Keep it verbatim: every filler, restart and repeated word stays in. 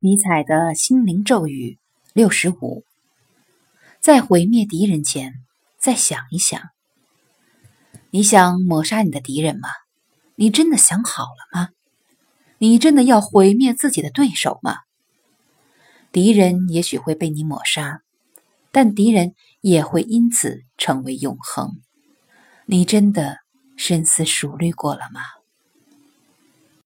尼采的心灵咒语六十五，在毁灭敌人前，再想一想。你想抹杀你的敌人吗？你真的想好了吗？你真的要毁灭自己的对手吗？敌人也许会被你抹杀，但敌人也会因此成为永恒。你真的深思熟虑过了吗？